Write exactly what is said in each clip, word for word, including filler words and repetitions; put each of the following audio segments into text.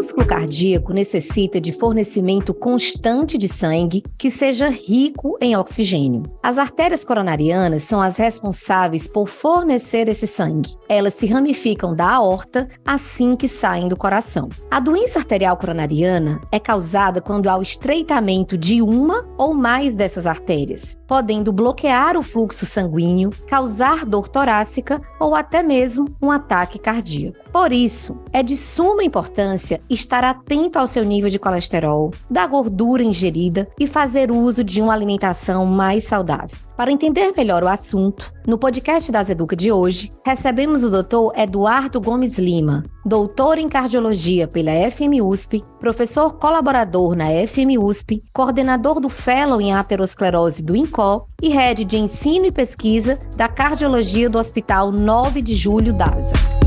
músculo cardíaco necessita de fornecimento constante de sangue que seja rico em oxigênio. As artérias coronarianas são as responsáveis por fornecer esse sangue. Elas se ramificam da aorta assim que saem do coração. A doença arterial coronariana é causada quando há o estreitamento de uma ou mais dessas artérias, podendo bloquear o fluxo sanguíneo, causar dor torácica ou até mesmo um ataque cardíaco. Por isso, é de suma importância estar atento ao seu nível de colesterol, da gordura ingerida e fazer uso de uma alimentação mais saudável. Para entender melhor o assunto, no podcast da Azeduca de hoje, recebemos o doutor Eduardo Gomes Lima, doutor em cardiologia pela F M U S P, professor colaborador na F M U S P, coordenador do Fellow em Aterosclerose do INCOL e head de ensino e pesquisa da cardiologia do Hospital nove de julho D A S A.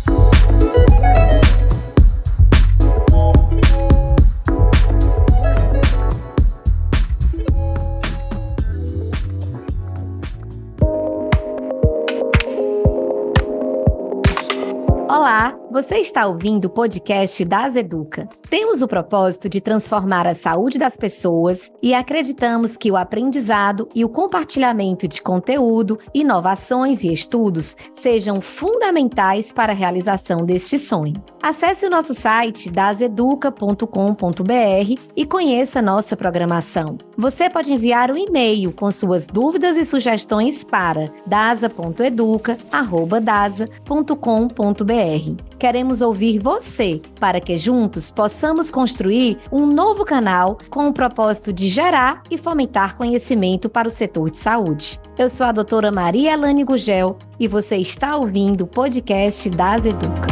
Olá, você está ouvindo o podcast da Azeduca. Temos o propósito de transformar a saúde das pessoas e acreditamos que o aprendizado e o compartilhamento de conteúdo, inovações e estudos sejam fundamentais para a realização deste sonho. Acesse o nosso site dazeduca ponto com ponto b r e conheça nossa programação. Você pode enviar um e-mail com suas dúvidas e sugestões para dasa ponto educa arroba dasa ponto com ponto b r. Queremos ouvir você para que juntos possamos construir um novo canal com o propósito de gerar e fomentar conhecimento para o setor de saúde. Eu sou a doutora Maria Elane Gugel e você está ouvindo o podcast da Azeduca.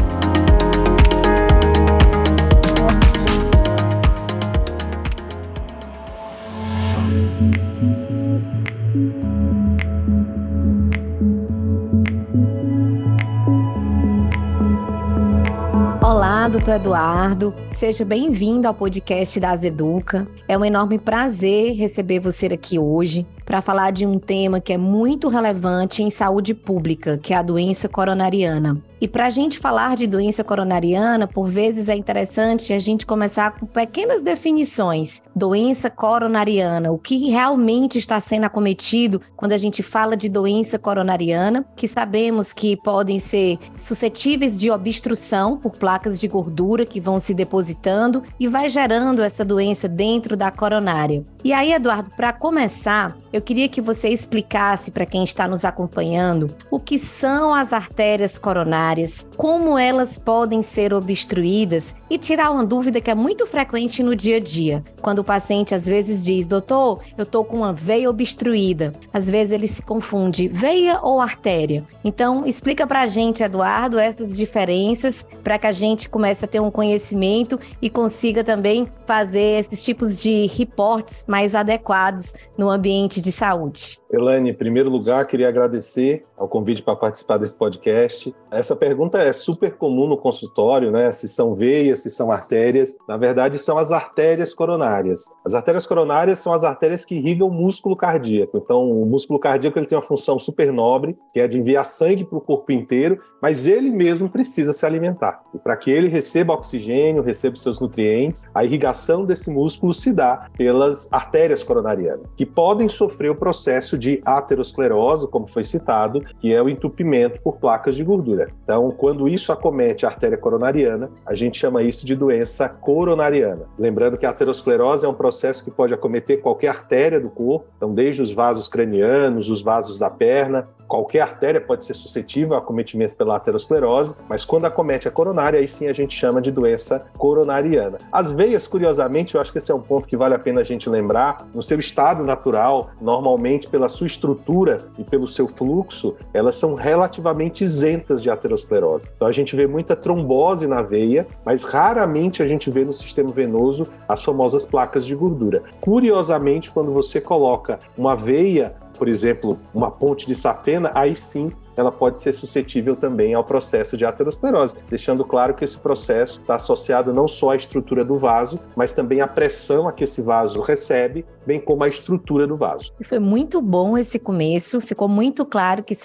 Olá, doutor Eduardo, seja bem-vindo ao podcast da Azeduca. É um enorme prazer receber você aqui hoje para falar de um tema que é muito relevante em saúde pública, que é a doença coronariana. E para a gente falar de doença coronariana, por vezes é interessante a gente começar com pequenas definições. Doença coronariana, o que realmente está sendo acometido quando a gente fala de doença coronariana, que sabemos que podem ser suscetíveis de obstrução por placas de gordura que vão se depositando e vai gerando essa doença dentro da coronária. E aí, Eduardo, para começar, eu queria que você explicasse para quem está nos acompanhando o que são as artérias coronárias, como elas podem ser obstruídas e tirar uma dúvida que é muito frequente no dia a dia. Quando o paciente às vezes diz, doutor, eu estou com uma veia obstruída. Às vezes ele se confunde, veia ou artéria. Então, explica para a gente, Eduardo, essas diferenças para que a gente comece a ter um conhecimento e consiga também fazer esses tipos de reportes mais adequados no ambiente de saúde. Elane, em primeiro lugar, queria agradecer ao convite para participar desse podcast. Essa pergunta é super comum no consultório, né? Se são veias, se são artérias. Na verdade, são as artérias coronárias. As artérias coronárias são as artérias que irrigam o músculo cardíaco. Então, o músculo cardíaco ele tem uma função super nobre, que é de enviar sangue para o corpo inteiro, mas ele mesmo precisa se alimentar. E para que ele receba oxigênio, receba seus nutrientes, a irrigação desse músculo se dá pelas artérias coronarianas, que podem sofrer o processo de aterosclerose, como foi citado, que é o entupimento por placas de gordura. Então, quando isso acomete a artéria coronariana, a gente chama isso de doença coronariana. Lembrando que a aterosclerose é um processo que pode acometer qualquer artéria do corpo, então desde os vasos cranianos, os vasos da perna, qualquer artéria pode ser suscetível ao acometimento pela aterosclerose, mas quando acomete a coronária, aí sim a gente chama de doença coronariana. As veias, curiosamente, eu acho que esse é um ponto que vale a pena a gente lembrar, no seu estado natural, normalmente pela sua estrutura e pelo seu fluxo, elas são relativamente isentas de aterosclerose. Então a gente vê muita trombose na veia, mas raramente a gente vê no sistema venoso as famosas placas de gordura. Curiosamente, quando você coloca uma veia, por exemplo, uma ponte de safena, aí sim ela pode ser suscetível também ao processo de aterosclerose, deixando claro que esse processo está associado não só à estrutura do vaso, mas também à pressão a que esse vaso recebe, bem como à estrutura do vaso. Foi muito bom esse começo, ficou muito claro que são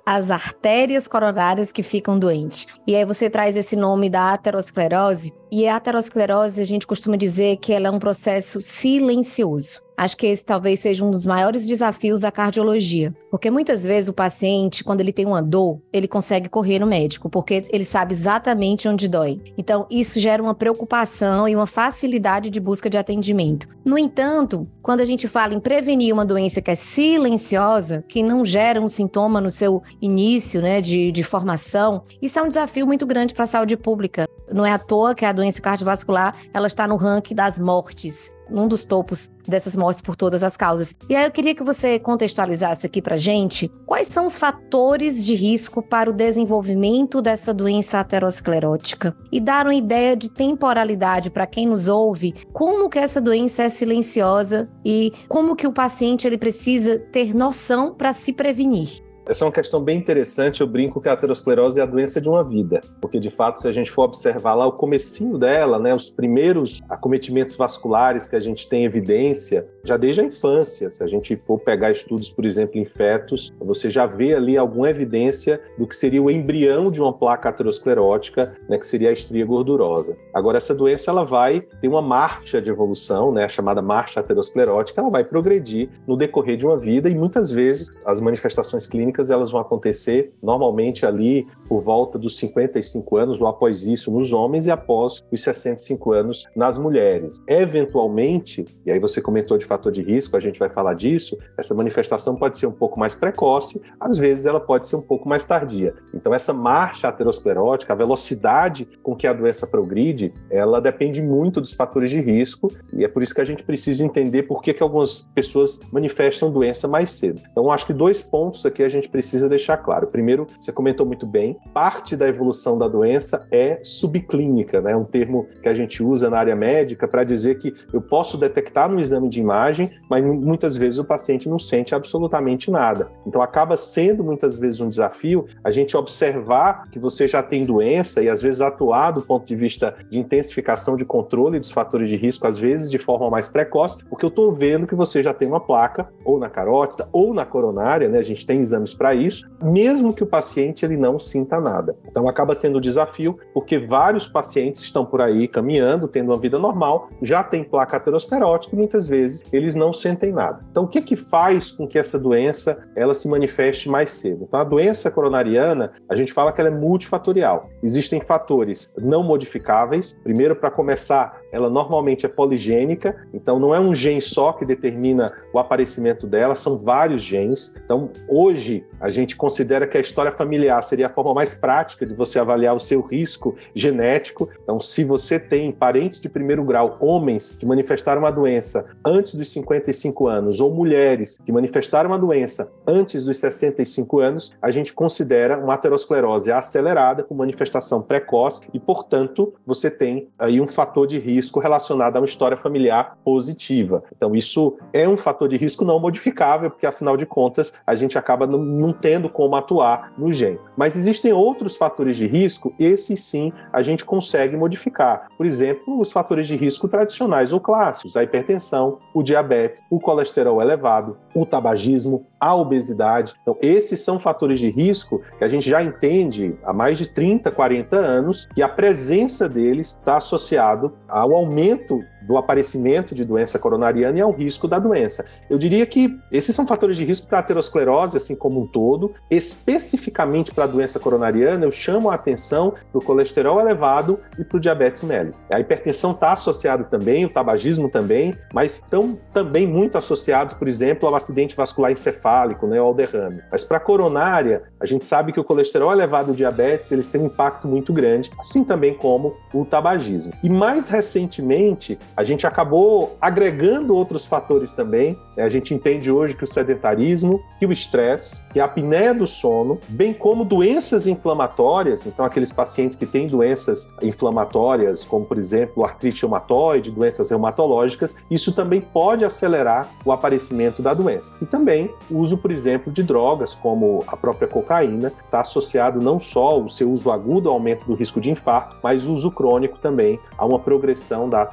as artérias coronárias que ficam doentes. E aí você traz esse nome da aterosclerose, e a aterosclerose a gente costuma dizer que ela é um processo silencioso. Acho que esse talvez seja um dos maiores desafios da cardiologia, porque muitas vezes o paciente, quando ele tem uma dor, ele consegue correr no médico, porque ele sabe exatamente onde dói. Então, isso gera uma preocupação e uma facilidade de busca de atendimento. No entanto, quando a gente fala em prevenir uma doença que é silenciosa, que não gera um sintoma no seu início, né, de, de formação, isso é um desafio muito grande para a saúde pública. Não é à toa que a doença cardiovascular, ela está no ranking das mortes, num dos topos dessas mortes por todas as causas. E aí eu queria que você contextualizasse aqui pra gente quais são os fatores de risco para o desenvolvimento dessa doença aterosclerótica e dar uma ideia de temporalidade para quem nos ouve, como que essa doença é silenciosa e como que o paciente ele precisa ter noção para se prevenir. Essa é uma questão bem interessante. Eu brinco que a aterosclerose é a doença de uma vida, porque de fato, se a gente for observar lá o comecinho dela, né, os primeiros acometimentos vasculares que a gente tem evidência, já desde a infância, se a gente for pegar estudos, por exemplo, em fetos, você já vê ali alguma evidência do que seria o embrião de uma placa aterosclerótica, né, que seria a estria gordurosa. Agora, essa doença ela vai ter uma marcha de evolução, né, a chamada marcha aterosclerótica, ela vai progredir no decorrer de uma vida e muitas vezes as manifestações clínicas elas vão acontecer normalmente ali por volta dos cinquenta e cinco anos ou após isso nos homens e após os sessenta e cinco anos nas mulheres. Eventualmente, e aí você comentou de fator de risco, a gente vai falar disso, essa manifestação pode ser um pouco mais precoce, às vezes ela pode ser um pouco mais tardia. Então essa marcha aterosclerótica, a velocidade com que a doença progride, ela depende muito dos fatores de risco e é por isso que a gente precisa entender por que que algumas pessoas manifestam doença mais cedo. Então acho que dois pontos aqui a gente precisa deixar claro. Primeiro, você comentou muito bem, parte da evolução da doença é subclínica, né? Um termo que a gente usa na área médica para dizer que eu posso detectar no exame de imagem, mas muitas vezes o paciente não sente absolutamente nada. Então acaba sendo muitas vezes um desafio a gente observar que você já tem doença e às vezes atuar do ponto de vista de intensificação de controle dos fatores de risco, às vezes de forma mais precoce, porque eu estou vendo que você já tem uma placa ou na carótida ou na coronária, né? A gente tem exames para isso, mesmo que o paciente ele não sinta nada. Então acaba sendo um desafio, porque vários pacientes estão por aí caminhando, tendo uma vida normal, já tem placa aterosclerótica e muitas vezes eles não sentem nada. Então o que que faz com que essa doença ela se manifeste mais cedo? Então a doença coronariana, a gente fala que ela é multifatorial. Existem fatores não modificáveis. Primeiro, para começar, ela normalmente é poligênica, então não é um gene só que determina o aparecimento dela, são vários genes. Então hoje a gente considera que a história familiar seria a forma mais prática de você avaliar o seu risco genético. Então, se você tem parentes de primeiro grau, homens que manifestaram uma doença antes dos cinquenta e cinco anos, ou mulheres que manifestaram uma doença antes dos sessenta e cinco anos, a gente considera uma aterosclerose acelerada com manifestação precoce e, portanto, você tem aí um fator de risco relacionado a uma história familiar positiva. Então, isso é um fator de risco não modificável, porque, afinal de contas, a gente acaba não, não tendo como atuar no gene. Mas existem outros fatores de risco, esses sim a gente consegue modificar. Por exemplo, os fatores de risco tradicionais ou clássicos, a hipertensão, o diabetes, o colesterol elevado, o tabagismo, a obesidade. Então, esses são fatores de risco que a gente já entende há mais de trinta, quarenta anos que a presença deles está associado ao aumento do aparecimento de doença coronariana e ao risco da doença. Eu diria que esses são fatores de risco para a aterosclerose, assim como um todo. Especificamente para a doença coronariana, eu chamo a atenção para o colesterol elevado e para o diabetes mellitus. A hipertensão está associada também, o tabagismo também, mas estão também muito associados, por exemplo, ao acidente vascular encefálico, né, ao derrame. Mas para a coronária, a gente sabe que o colesterol elevado e o diabetes, eles têm um impacto muito grande, assim também como o tabagismo. E mais recentemente, a gente acabou agregando outros fatores também. A gente entende hoje que o sedentarismo, que o estresse, que a apneia do sono, bem como doenças inflamatórias, então aqueles pacientes que têm doenças inflamatórias, como por exemplo artrite reumatoide, doenças reumatológicas, isso também pode acelerar o aparecimento da doença. E também o uso, por exemplo, de drogas, como a própria cocaína, está associado não só ao seu uso agudo ao aumento do risco de infarto, mas o uso crônico também a uma progressão da aterosclerose.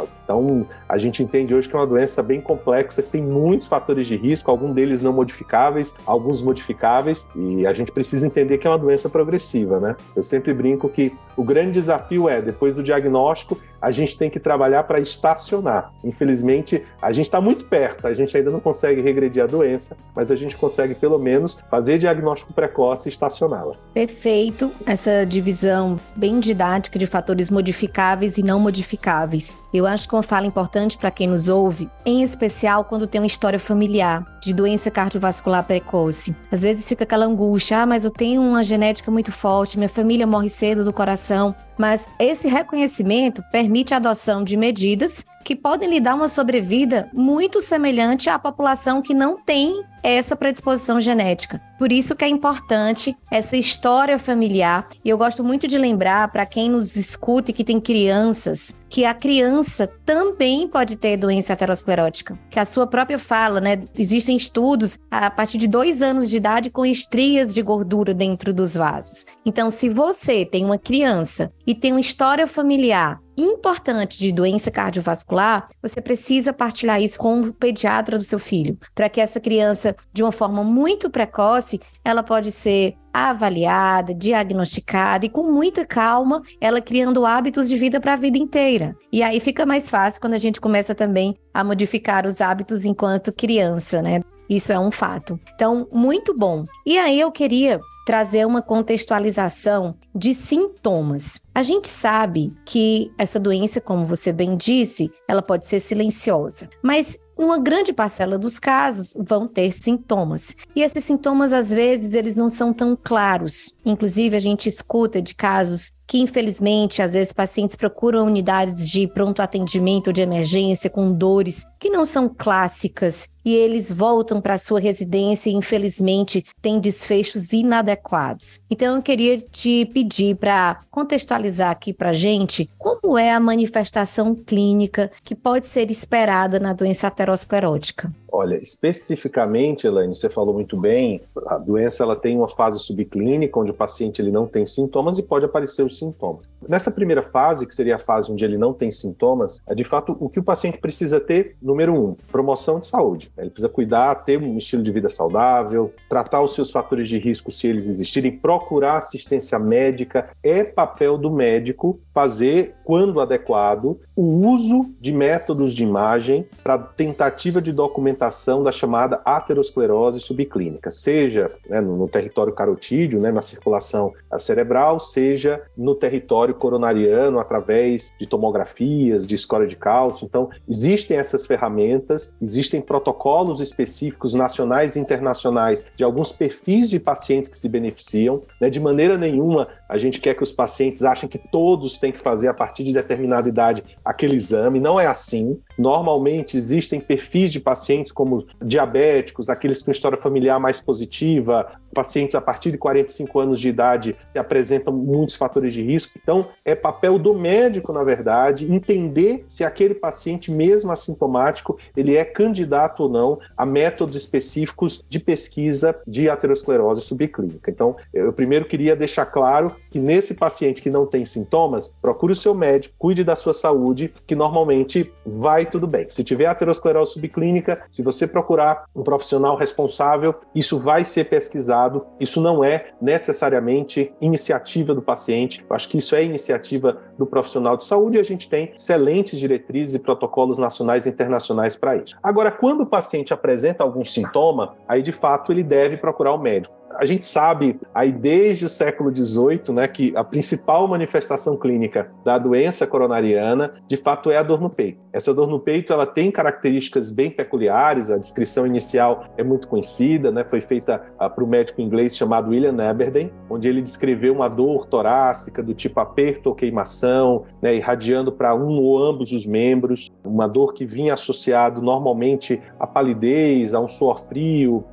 aterosclerose. Então, a gente entende hoje que é uma doença bem complexa, que tem muitos fatores de risco, alguns deles não modificáveis, alguns modificáveis, e a gente precisa entender que é uma doença progressiva, né? Eu sempre brinco que o grande desafio é, depois do diagnóstico, a gente tem que trabalhar para estacionar. Infelizmente, a gente está muito perto, a gente ainda não consegue regredir a doença, mas a gente consegue, pelo menos, fazer diagnóstico precoce e estacioná-la. Perfeito, essa divisão bem didática de fatores modificáveis e não modificáveis. Eu acho que uma fala importante para quem nos ouve, em especial quando tem uma história familiar de doença cardiovascular precoce. Às vezes fica aquela angústia, ah, mas eu tenho uma genética muito forte, minha família morre cedo do coração. Mas esse reconhecimento permite a adoção de medidas que podem lhe dar uma sobrevida muito semelhante à população que não tem essa predisposição genética. Por isso que é importante essa história familiar. E eu gosto muito de lembrar para quem nos escuta e que tem crianças, que a criança também pode ter doença aterosclerótica. Que a sua própria fala, né? Existem estudos a partir de dois anos de idade com estrias de gordura dentro dos vasos. Então, se você tem uma criança e tem uma história familiar importante de doença cardiovascular, você precisa partilhar isso com o pediatra do seu filho, para que essa criança, de uma forma muito precoce, ela pode ser avaliada, diagnosticada e com muita calma, ela criando hábitos de vida para a vida inteira. E aí fica mais fácil quando a gente começa também a modificar os hábitos enquanto criança, né? Isso é um fato. Então, muito bom. E aí eu queria trazer uma contextualização de sintomas. A gente sabe que essa doença, como você bem disse, ela pode ser silenciosa, mas uma grande parcela dos casos vão ter sintomas. E esses sintomas, às vezes, eles não são tão claros. Inclusive, a gente escuta de casos que, infelizmente, às vezes pacientes procuram unidades de pronto atendimento ou de emergência com dores que não são clássicas e eles voltam para a sua residência e, infelizmente, têm desfechos inadequados. Então, eu queria te pedir para contextualizar aqui para a gente como é a manifestação clínica que pode ser esperada na doença aterosclerótica. Olha, especificamente, Elaine, você falou muito bem, a doença ela tem uma fase subclínica, onde o paciente ele não tem sintomas e pode aparecer os sintomas. Nessa primeira fase, que seria a fase onde ele não tem sintomas, é de fato o que o paciente precisa ter, número um, promoção de saúde. Ele precisa cuidar, ter um estilo de vida saudável, tratar os seus fatores de risco se eles existirem, procurar assistência médica. É papel do médico fazer, quando adequado, o uso de métodos de imagem para tentativa de documentação da chamada aterosclerose subclínica, seja né, no, no território carotídeo, né, na circulação cerebral, seja no território coronariano, através de tomografias, de score de cálcio. Então, existem essas ferramentas, existem protocolos específicos nacionais e internacionais de alguns perfis de pacientes que se beneficiam. Né, de maneira nenhuma a gente quer que os pacientes achem que todos têm que fazer, a partir de determinada idade, aquele exame. Não é assim. Normalmente, existem perfis de pacientes como diabéticos, aqueles com história familiar mais positiva, pacientes a partir de quarenta e cinco anos de idade que apresentam muitos fatores de risco. Então, é papel do médico, na verdade, entender se aquele paciente, mesmo assintomático, ele é candidato ou não a métodos específicos de pesquisa de aterosclerose subclínica. Então, eu primeiro queria deixar claro que nesse paciente que não tem sintomas, procure o seu médico, cuide da sua saúde, que normalmente vai tudo bem. Se tiver aterosclerose subclínica, se você procurar um profissional responsável, isso vai ser pesquisado. Isso não é necessariamente iniciativa do paciente. Eu acho que isso é iniciativa do profissional de saúde e a gente tem excelentes diretrizes e protocolos nacionais e internacionais para isso. Agora, quando o paciente apresenta algum sintoma, aí de fato ele deve procurar o médico. A gente sabe, aí desde o século dezoito, né, que a principal manifestação clínica da doença coronariana, de fato, é a dor no peito. Essa dor no peito, ela tem características bem peculiares, a descrição inicial é muito conhecida, né, foi feita uh, por um médico inglês chamado William Aberden, onde ele descreveu uma dor torácica do tipo aperto ou queimação, né, irradiando para um ou ambos os membros, uma dor que vinha associado normalmente à palidez, a um suor frio,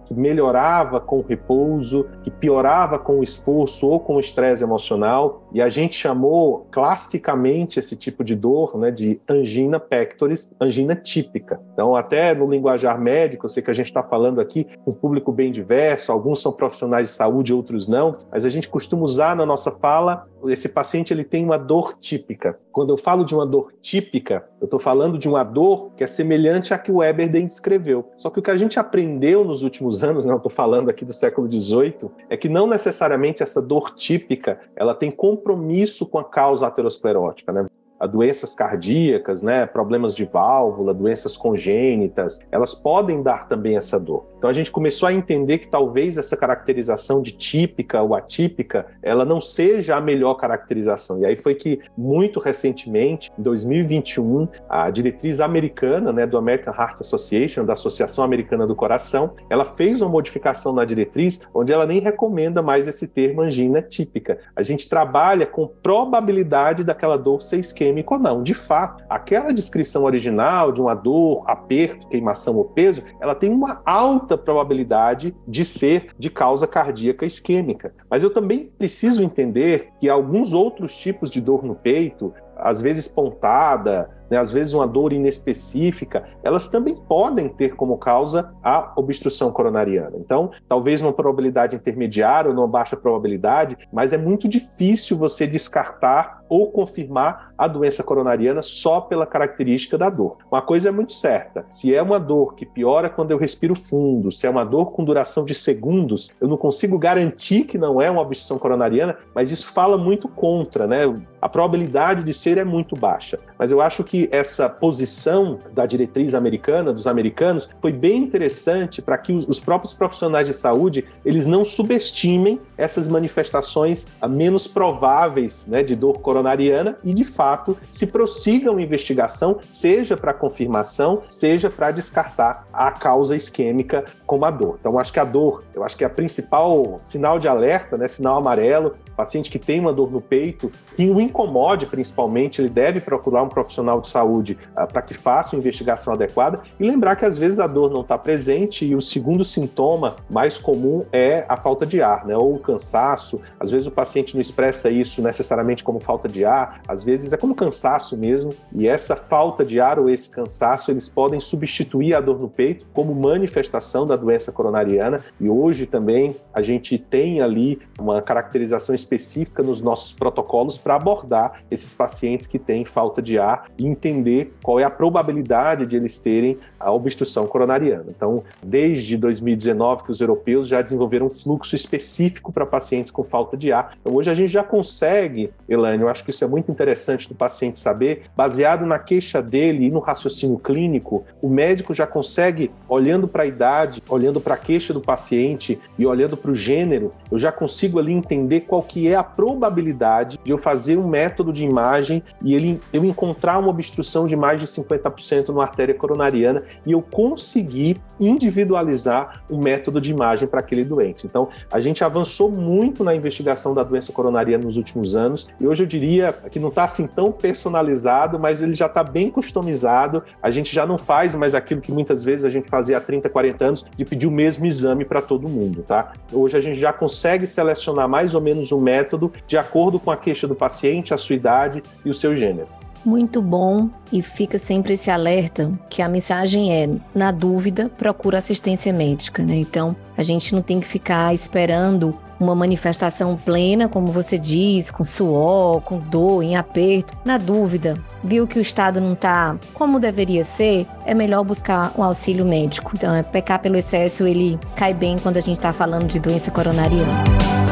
que melhorava com o repouso, que piorava com o esforço ou com o estresse emocional, e a gente chamou classicamente esse tipo de dor, né, de angina pectoris, angina típica. Então, até no linguajar médico, eu sei que a gente está falando aqui com um público bem diverso, alguns são profissionais de saúde, outros não, mas a gente costuma usar na nossa fala, esse paciente ele tem uma dor típica. Quando eu falo de uma dor típica, eu estou falando de uma dor que é semelhante à que o Eberden descreveu. Só que o que a gente aprendeu nos últimos anos, não estou falando aqui do século dezoito, é que não necessariamente essa dor típica ela tem compromisso com a causa aterosclerótica, né? Doenças cardíacas, né, problemas de válvula, doenças congênitas, elas podem dar também essa dor. Então a gente começou a entender que talvez essa caracterização de típica ou atípica, ela não seja a melhor caracterização. E aí foi que, muito recentemente, em dois mil e vinte e um, a diretriz americana, né, do American Heart Association, da Associação Americana do Coração, ela fez uma modificação na diretriz, onde ela nem recomenda mais esse termo angina típica. A gente trabalha com probabilidade daquela dor ser isquêmica ou não. De fato, aquela descrição original de uma dor, aperto, queimação ou peso, ela tem uma alta probabilidade de ser de causa cardíaca isquêmica. Mas eu também preciso entender que alguns outros tipos de dor no peito, às vezes pontada, né, às vezes uma dor inespecífica, elas também podem ter como causa a obstrução coronariana. Então, talvez numa probabilidade intermediária ou numa baixa probabilidade, mas é muito difícil você descartar ou confirmar a doença coronariana só pela característica da dor. Uma coisa é muito certa, se é uma dor que piora quando eu respiro fundo, se é uma dor com duração de segundos, eu não consigo garantir que não é uma obstrução coronariana, mas isso fala muito contra, né? A probabilidade de ser é muito baixa. Mas eu acho que essa posição da diretriz americana, dos americanos, foi bem interessante para que os, os próprios profissionais de saúde, eles não subestimem essas manifestações menos prováveis, né, de dor coronariana e, de fato, se prossigam a investigação, seja para confirmação, seja para descartar a causa isquêmica como a dor. Então, acho que a dor, eu acho que é a principal sinal de alerta, né, sinal amarelo, paciente que tem uma dor no peito, que o incomode principalmente, ele deve procurar um profissional de saúde uh, para que faça uma investigação adequada e lembrar que às vezes a dor não está presente e o segundo sintoma mais comum é a falta de ar, né, ou o cansaço. Às vezes o paciente não expressa isso necessariamente como falta de ar, às vezes é como cansaço mesmo, e essa falta de ar ou esse cansaço, eles podem substituir a dor no peito como manifestação da doença coronariana, e hoje também a gente tem ali uma caracterização específica nos nossos protocolos para abordar esses pacientes que têm falta de ar e entender qual é a probabilidade de eles terem a obstrução coronariana. Então, desde dois mil e dezenove que os europeus já desenvolveram um fluxo específico para pacientes com falta de ar. Então, hoje a gente já consegue, Elaine, eu acho que isso é muito interessante do paciente saber, baseado na queixa dele e no raciocínio clínico, o médico já consegue, olhando para a idade, olhando para a queixa do paciente e olhando para o gênero, eu já consigo ali entender qual que é a probabilidade de eu fazer um método de imagem e ele, eu encontrar uma obstrução de mais de cinquenta por cento na artéria coronariana e eu conseguir individualizar um método de imagem para aquele doente. Então, a gente avançou muito na investigação da doença coronariana nos últimos anos e hoje eu diria que não está assim tão personalizado, mas ele já está bem customizado. A gente já não faz mais aquilo que muitas vezes a gente fazia há trinta, quarenta anos de pedir o mesmo exame para todo mundo, tá? Hoje a gente já consegue selecionar mais ou menos um método de acordo com a queixa do paciente, a sua idade e o seu gênero. Muito bom, e fica sempre esse alerta que a mensagem é, na dúvida, procura assistência médica, né? Então, a gente não tem que ficar esperando uma manifestação plena, como você diz, com suor, com dor, em aperto. Na dúvida, viu que o estado não está como deveria ser, é melhor buscar um auxílio médico. Então, é pecar pelo excesso, ele cai bem quando a gente está falando de doença coronariana.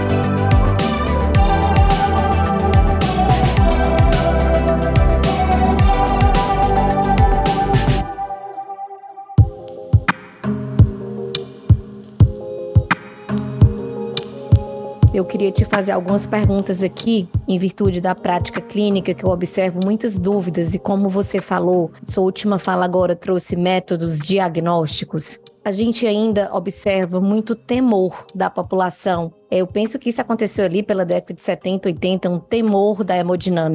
Eu queria te fazer algumas perguntas aqui, em virtude da prática clínica, que eu observo muitas dúvidas, e como você falou, sua última fala agora trouxe métodos diagnósticos. A gente ainda observa muito temor da população. Eu penso que isso aconteceu ali pela década de setenta, oitenta, um temor da hemodinâmica.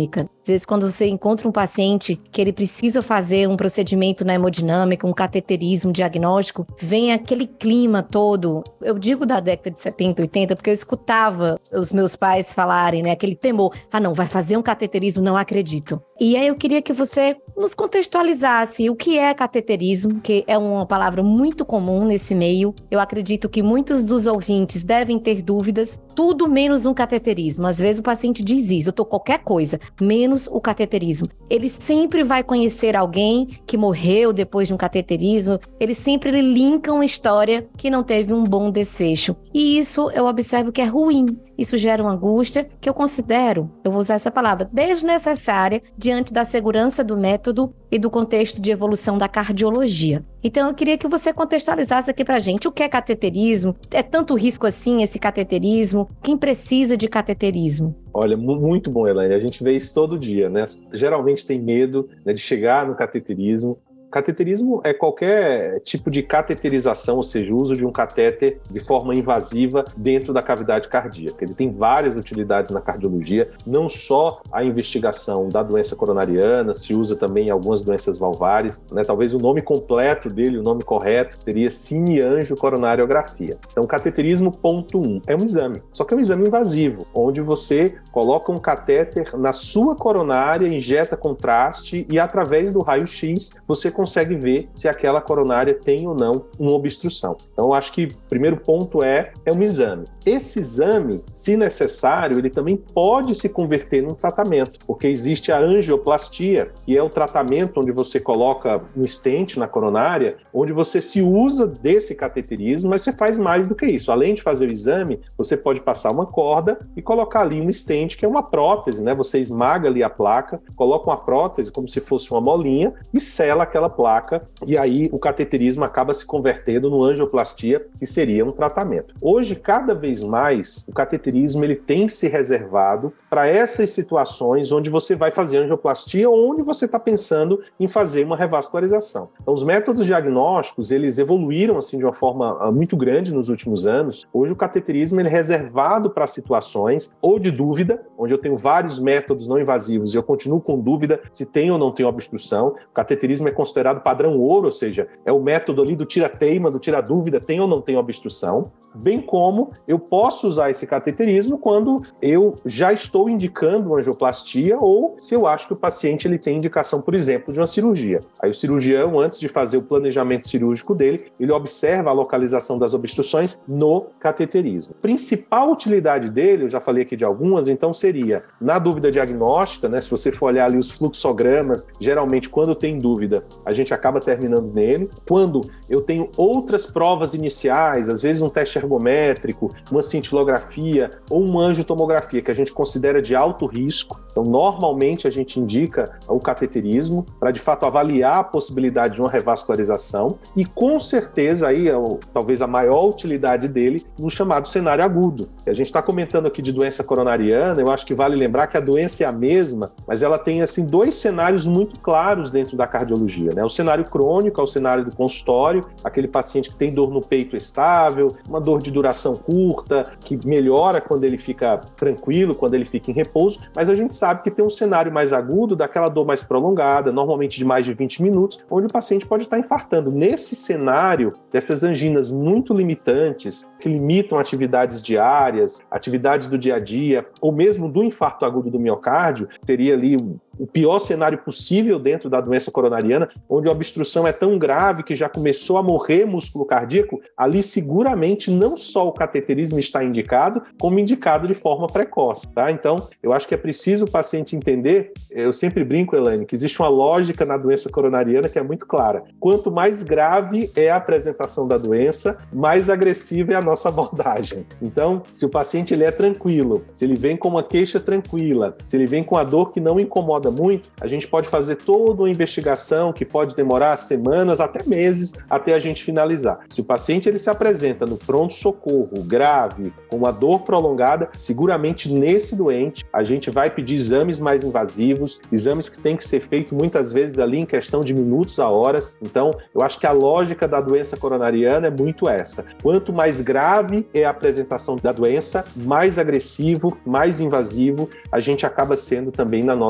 Às vezes, quando você encontra um paciente que ele precisa fazer um procedimento na hemodinâmica, um cateterismo diagnóstico, vem aquele clima todo. Eu digo da década de setenta, oitenta, porque eu escutava os meus pais falarem, né? Aquele temor. Ah, não, vai fazer um cateterismo? Não acredito. E aí eu queria que você nos contextualizasse o que é cateterismo, que é uma palavra muito comum nesse meio. Eu acredito que muitos dos ouvintes devem ter dúvidas, tudo menos um cateterismo. Às vezes o paciente diz isso, eu tô qualquer coisa, menos o cateterismo. Ele sempre vai conhecer alguém que morreu depois de um cateterismo, ele sempre linka uma história que não teve um bom desfecho. E isso eu observo que é ruim. Isso gera uma angústia que eu considero, eu vou usar essa palavra, desnecessária diante da segurança do método e do contexto de evolução da cardiologia. Então eu queria que você contextualizasse aqui pra gente o que é cateterismo, é tanto risco assim esse cateterismo, quem precisa de cateterismo? Olha, muito bom, Elaine, a gente vê isso todo dia, né? Geralmente tem medo, né, de chegar no cateterismo. Cateterismo é qualquer tipo de cateterização, ou seja, o uso de um catéter de forma invasiva dentro da cavidade cardíaca. Ele tem várias utilidades na cardiologia, não só a investigação da doença coronariana, se usa também em algumas doenças valvares, né? Talvez o nome completo dele, o nome correto, seria cineangiocoronariografia. Então, cateterismo ponto um é um exame, só que é um exame invasivo, onde você coloca um catéter na sua coronária, injeta contraste e através do raio-x você consegue ver se aquela coronária tem ou não uma obstrução. Então, acho que o primeiro ponto é, é um exame. Esse exame, se necessário, ele também pode se converter num tratamento, porque existe a angioplastia, que é o tratamento onde você coloca um stent na coronária, onde você se usa desse cateterismo, mas você faz mais do que isso. Além de fazer o exame, você pode passar uma corda e colocar ali um stent, que é uma prótese, né? Você esmaga ali a placa, coloca uma prótese como se fosse uma molinha e sela aquela placa, e aí o cateterismo acaba se convertendo no angioplastia, que seria um tratamento. Hoje, cada vez mais, o cateterismo ele tem se reservado para essas situações onde você vai fazer angioplastia ou onde você está pensando em fazer uma revascularização. Então, os métodos diagnósticos, eles evoluíram assim de uma forma muito grande nos últimos anos. Hoje, o cateterismo ele é reservado para situações ou de dúvida, onde eu tenho vários métodos não invasivos e eu continuo com dúvida se tem ou não tem obstrução. O cateterismo é considerado padrão ouro, ou seja, é o método ali do tira-teima, do tira-dúvida, tem ou não tem obstrução, bem como eu posso usar esse cateterismo quando eu já estou indicando uma angioplastia ou se eu acho que o paciente ele tem indicação, por exemplo, de uma cirurgia. Aí o cirurgião, antes de fazer o planejamento cirúrgico dele, ele observa a localização das obstruções no cateterismo. Principal utilidade dele, eu já falei aqui de algumas, então seria, na dúvida diagnóstica, né, se você for olhar ali os fluxogramas, geralmente quando tem dúvida, a gente acaba terminando nele. Quando eu tenho outras provas iniciais, às vezes um teste ergométrico, uma cintilografia ou uma angiotomografia que a gente considera de alto risco, então normalmente a gente indica o cateterismo para de fato avaliar a possibilidade de uma revascularização e com certeza aí é o, talvez a maior utilidade dele no chamado cenário agudo. E a gente está comentando aqui de doença coronariana, eu acho que vale lembrar que a doença é a mesma, mas ela tem assim dois cenários muito claros dentro da cardiologia, né? O cenário crônico é o cenário do consultório, aquele paciente que tem dor no peito estável, uma dor de duração curta, que melhora quando ele fica tranquilo, quando ele fica em repouso, mas a gente sabe que tem um cenário mais agudo, daquela dor mais prolongada, normalmente de mais de vinte minutos, onde o paciente pode estar infartando. Nesse cenário, dessas anginas muito limitantes, que limitam atividades diárias, atividades do dia a dia, ou mesmo do infarto agudo do miocárdio, seria ali o pior cenário possível dentro da doença coronariana, onde a obstrução é tão grave que já começou a morrer músculo cardíaco, ali seguramente não só o cateterismo está indicado, como indicado de forma precoce, tá? Então, eu acho que é preciso o paciente entender, eu sempre brinco, Elaine, que existe uma lógica na doença coronariana que é muito clara. Quanto mais grave é a apresentação da doença, mais agressiva é a nossa abordagem. Então, se o paciente ele é tranquilo, se ele vem com uma queixa tranquila, se ele vem com a dor que não incomoda muito, a gente pode fazer toda uma investigação que pode demorar semanas, até meses, até a gente finalizar. Se o paciente ele se apresenta no pronto-socorro, grave, com uma dor prolongada, seguramente nesse doente a gente vai pedir exames mais invasivos, exames que têm que ser feitos muitas vezes ali em questão de minutos a horas. Então, eu acho que a lógica da doença coronariana é muito essa. Quanto mais grave é a apresentação da doença, mais agressivo, mais invasivo a gente acaba sendo também na nossa abordagem.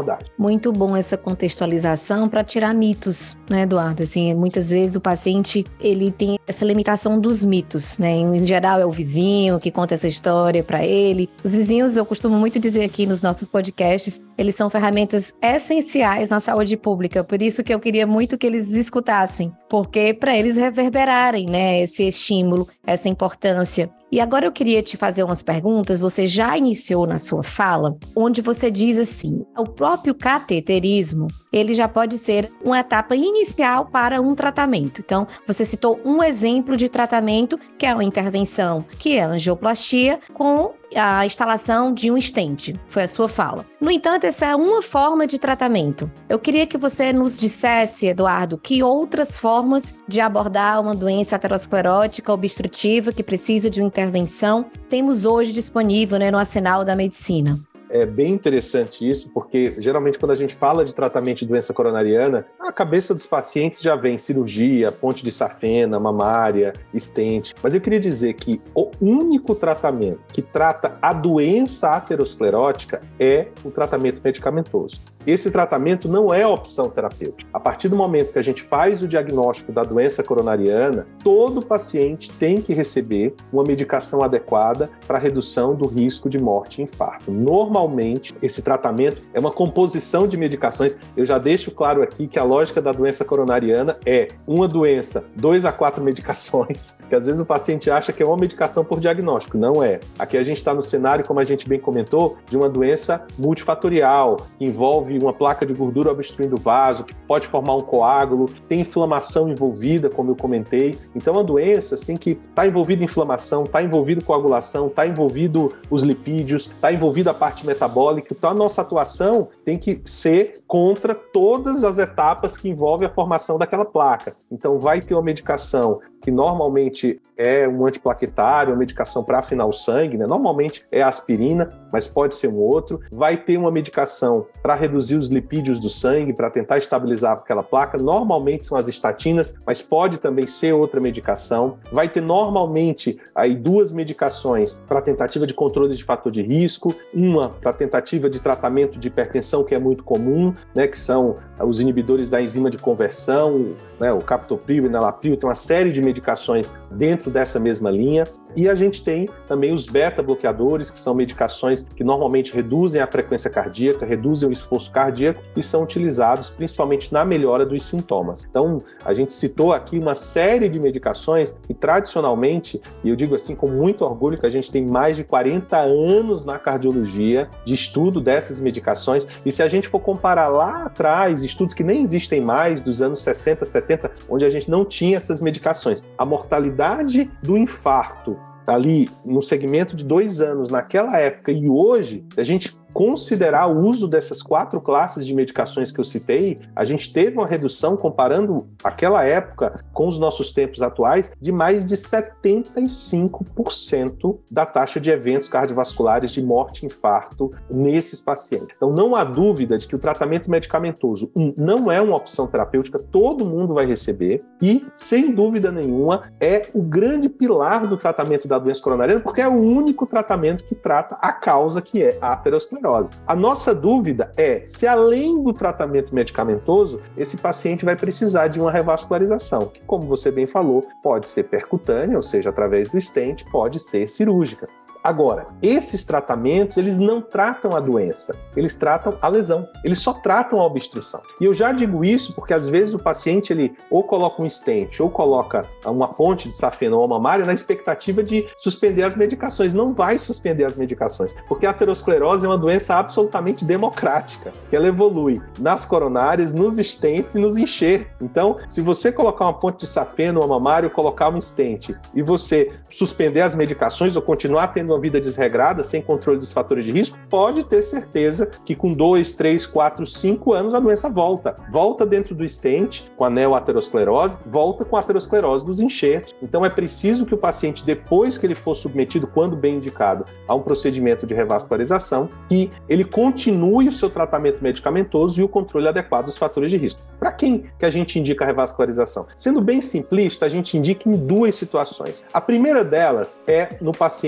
abordagem. Muito bom essa contextualização para tirar mitos, né, Eduardo? Assim, muitas vezes o paciente, ele tem essa limitação dos mitos, né? Em geral é o vizinho que conta essa história para ele. Os vizinhos, eu costumo muito dizer aqui nos nossos podcasts, eles são ferramentas essenciais na saúde pública, por isso que eu queria muito que eles escutassem, porque para eles reverberarem, né, esse estímulo, essa importância. E agora eu queria te fazer umas perguntas, você já iniciou na sua fala, onde você diz assim, o próprio cateterismo, ele já pode ser uma etapa inicial para um tratamento. Então, você citou um exemplo de tratamento, que é uma intervenção, que é a angioplastia, com a instalação de um stent, foi a sua fala. No entanto, essa é uma forma de tratamento. Eu queria que você nos dissesse, Eduardo, que outras formas de abordar uma doença aterosclerótica obstrutiva que precisa de uma intervenção temos hoje disponível, né, no arsenal da medicina. É bem interessante isso, porque geralmente quando a gente fala de tratamento de doença coronariana, a cabeça dos pacientes já vem cirurgia, ponte de safena, mamária, stent. Mas eu queria dizer que o único tratamento que trata a doença aterosclerótica é o tratamento medicamentoso. Esse tratamento não é opção terapêutica. A partir do momento que a gente faz o diagnóstico da doença coronariana, todo paciente tem que receber uma medicação adequada para a redução do risco de morte e infarto. Normalmente, esse tratamento é uma composição de medicações. Eu já deixo claro aqui que a lógica da doença coronariana é uma doença, dois a quatro medicações, que às vezes o paciente acha que é uma medicação por diagnóstico. Não é. Aqui a gente está no cenário, como a gente bem comentou, de uma doença multifatorial, que envolve uma placa de gordura obstruindo o vaso, que pode formar um coágulo, tem inflamação envolvida, como eu comentei. Então, é uma doença assim, que está envolvida em inflamação, está envolvido coagulação, está envolvido os lipídios, está envolvida a parte metabólica. Então, a nossa atuação tem que ser contra todas as etapas que envolvem a formação daquela placa. Então, vai ter uma medicação que normalmente é um antiplaquetário, uma medicação para afinar o sangue, né? Normalmente é a aspirina, mas pode ser um outro. Vai ter uma medicação para reduzir os lipídios do sangue, para tentar estabilizar aquela placa. Normalmente são as estatinas, mas pode também ser outra medicação. Vai ter normalmente aí duas medicações para tentativa de controle de fator de risco, uma para tentativa de tratamento de hipertensão, que é muito comum, né? Que são os inibidores da enzima de conversão, né? O captopril, o enalapril, tem uma série de medicações dentro dessa mesma linha. E a gente tem também os beta-bloqueadores, que são medicações que normalmente reduzem a frequência cardíaca, reduzem o esforço cardíaco e são utilizados principalmente na melhora dos sintomas. Então, a gente citou aqui uma série de medicações e tradicionalmente, e eu digo assim com muito orgulho, que a gente tem mais de quarenta anos na cardiologia de estudo dessas medicações, e se a gente for comparar lá atrás, estudos que nem existem mais, dos anos sessenta, setenta, onde a gente não tinha essas medicações, a mortalidade do infarto ali no segmento de dois anos naquela época e hoje, a gente considerar o uso dessas quatro classes de medicações que eu citei, a gente teve uma redução, comparando aquela época com os nossos tempos atuais, de mais de setenta e cinco por cento da taxa de eventos cardiovasculares de morte e infarto nesses pacientes. Então, não há dúvida de que o tratamento medicamentoso um, não é uma opção terapêutica, todo mundo vai receber e, sem dúvida nenhuma, é o grande pilar do tratamento da doença coronariana, porque é o único tratamento que trata a causa, que é a aterosclerose. A nossa dúvida é se, além do tratamento medicamentoso, esse paciente vai precisar de uma revascularização, que, como você bem falou, pode ser percutânea, ou seja, através do stent, pode ser cirúrgica. Agora, esses tratamentos, eles não tratam a doença, eles tratam a lesão, eles só tratam a obstrução. E eu já digo isso porque, às vezes, o paciente, ele ou coloca um stent, ou coloca uma ponte de safena ou mamária na expectativa de suspender as medicações. Não vai suspender as medicações, porque a aterosclerose é uma doença absolutamente democrática, que ela evolui nas coronárias, nos stents e nos enxertos. Então, se você colocar uma ponte de safena ou mamária ou colocar um stent e você suspender as medicações ou continuar tendo uma vida desregrada, sem controle dos fatores de risco, pode ter certeza que com dois, três, quatro, cinco anos a doença volta. Volta dentro do stent, com a neoaterosclerose, volta com a aterosclerose dos enxertos. Então é preciso que o paciente, depois que ele for submetido, quando bem indicado, a um procedimento de revascularização, que ele continue o seu tratamento medicamentoso e o controle adequado dos fatores de risco. Para quem que a gente indica a revascularização? Sendo bem simplista, a gente indica em duas situações. A primeira delas é no paciente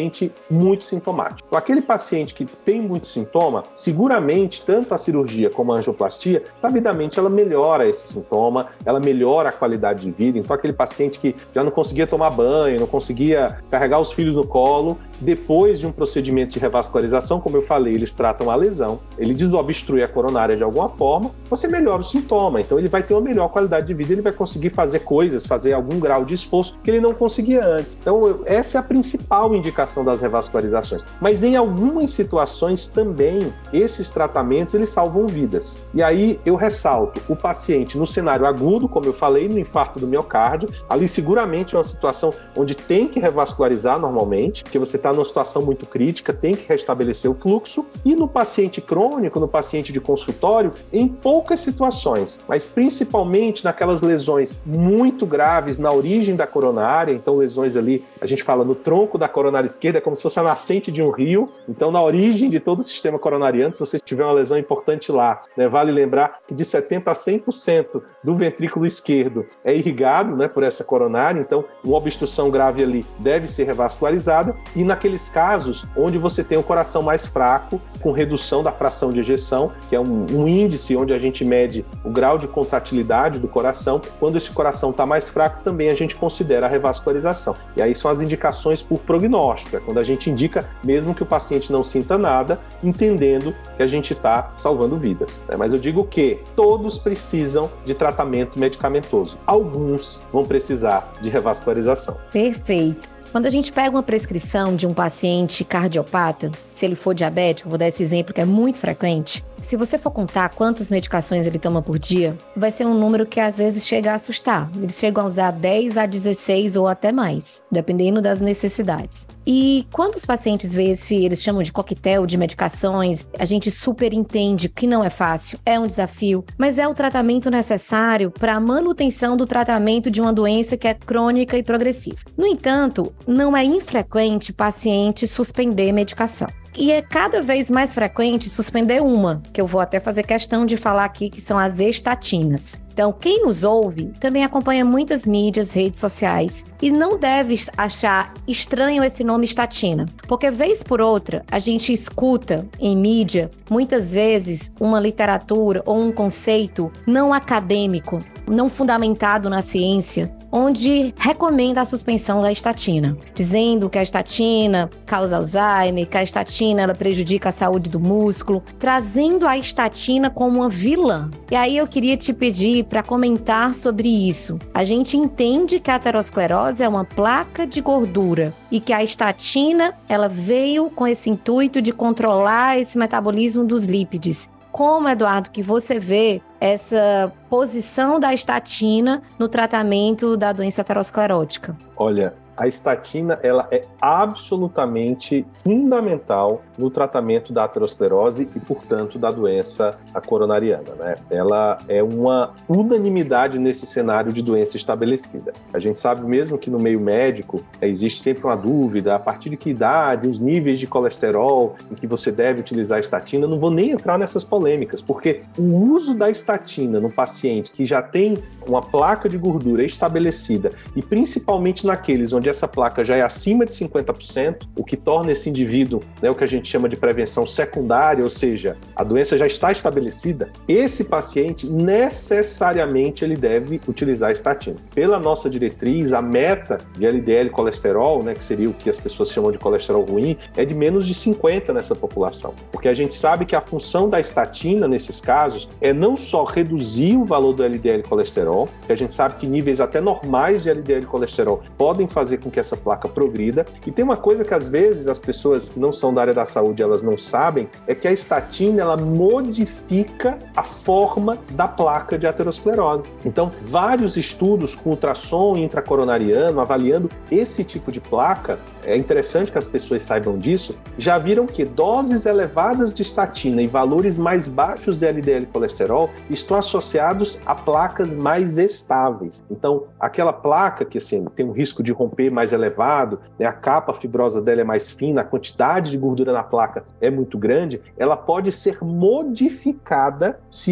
muito sintomático. Então, aquele paciente que tem muito sintoma, seguramente, tanto a cirurgia como a angioplastia, sabidamente ela melhora esse sintoma, ela melhora a qualidade de vida. Então, aquele paciente que já não conseguia tomar banho, não conseguia carregar os filhos no colo, depois de um procedimento de revascularização, como eu falei, eles tratam a lesão, ele desobstrui a coronária de alguma forma, você melhora o sintoma. Então, ele vai ter uma melhor qualidade de vida, ele vai conseguir fazer coisas, fazer algum grau de esforço que ele não conseguia antes. Então, essa é a principal indicação das revascularizações. Mas em algumas situações também, esses tratamentos, eles salvam vidas. E aí, eu ressalto, o paciente no cenário agudo, como eu falei, no infarto do miocárdio, ali seguramente é uma situação onde tem que revascularizar normalmente, porque você está numa situação muito crítica, tem que restabelecer o fluxo. E no paciente crônico, no paciente de consultório, em poucas situações, mas principalmente naquelas lesões muito graves na origem da coronária, então lesões ali, a gente fala no tronco da coronária esquerda, é como se fosse a nascente de um rio, então na origem de todo o sistema coronariano, se você tiver uma lesão importante lá, né, vale lembrar que de setenta a cem por cento do ventrículo esquerdo é irrigado, né, por essa coronária, então uma obstrução grave ali deve ser revascularizada, e naqueles casos onde você tem o coração mais fraco, com redução da fração de ejeção, que é um, um índice onde a gente mede o grau de contratilidade do coração, quando esse coração está mais fraco, também a gente considera a revascularização. E aí são as indicações por prognóstico, é quando a gente indica, mesmo que o paciente não sinta nada, entendendo que a gente está salvando vidas. Mas eu digo que todos precisam de tratamento medicamentoso. Alguns vão precisar de revascularização. Perfeito. Quando a gente pega uma prescrição de um paciente cardiopata, se ele for diabético, vou dar esse exemplo que é muito frequente, se você for contar quantas medicações ele toma por dia, vai ser um número que às vezes chega a assustar. Eles chegam a usar dez a dezesseis ou até mais, dependendo das necessidades. E quando os pacientes veem esse, eles chamam de coquetel de medicações, a gente super entende que não é fácil, é um desafio, mas é o tratamento necessário para a manutenção do tratamento de uma doença que é crônica e progressiva. No entanto, não é infrequente paciente suspender medicação. E é cada vez mais frequente suspender uma, que eu vou até fazer questão de falar aqui, que são as estatinas. Então, quem nos ouve também acompanha muitas mídias, redes sociais, e não deve achar estranho esse nome estatina, porque vez por outra a gente escuta em mídia, muitas vezes, uma literatura ou um conceito não acadêmico, não fundamentado na ciência, onde recomenda a suspensão da estatina, dizendo que a estatina causa Alzheimer, que a estatina ela prejudica a saúde do músculo, trazendo a estatina como uma vilã. E aí eu queria te pedir para comentar sobre isso. A gente entende que a aterosclerose é uma placa de gordura e que a estatina ela veio com esse intuito de controlar esse metabolismo dos lípides. Como, Eduardo, que você vê essa posição da estatina no tratamento da doença aterosclerótica? Olha, a estatina ela é absolutamente fundamental no tratamento da aterosclerose e, portanto, da doença coronariana, né? Ela é uma unanimidade nesse cenário de doença estabelecida. A gente sabe mesmo que no meio médico existe sempre uma dúvida a partir de que idade, os níveis de colesterol em que você deve utilizar a estatina. Não vou nem entrar nessas polêmicas, porque o uso da estatina no paciente que já tem uma placa de gordura estabelecida e principalmente naqueles onde essa placa já é acima de cinquenta por cento, o que torna esse indivíduo, né, o que a gente chama de prevenção secundária, ou seja, a doença já está estabelecida, esse paciente necessariamente ele deve utilizar a estatina. Pela nossa diretriz, a meta de L D L colesterol, né, que seria o que as pessoas chamam de colesterol ruim, é de menos de cinquenta nessa população, porque a gente sabe que a função da estatina nesses casos é não só reduzir o valor do L D L colesterol, que a gente sabe que níveis até normais de L D L colesterol podem fazer com que essa placa progrida. E tem uma coisa que às vezes as pessoas que não são da área da saúde elas não sabem, é que a estatina ela modifica a forma da placa de aterosclerose. Então, vários estudos com ultrassom intracoronariano avaliando esse tipo de placa, é interessante que as pessoas saibam disso, já viram que doses elevadas de estatina e valores mais baixos de L D L colesterol estão associados a placas mais estáveis. Então, aquela placa que assim, tem um risco de romper mais elevado, né, a capa fibrosa dela é mais fina, a quantidade de gordura na placa é muito grande, ela pode ser modificada se eu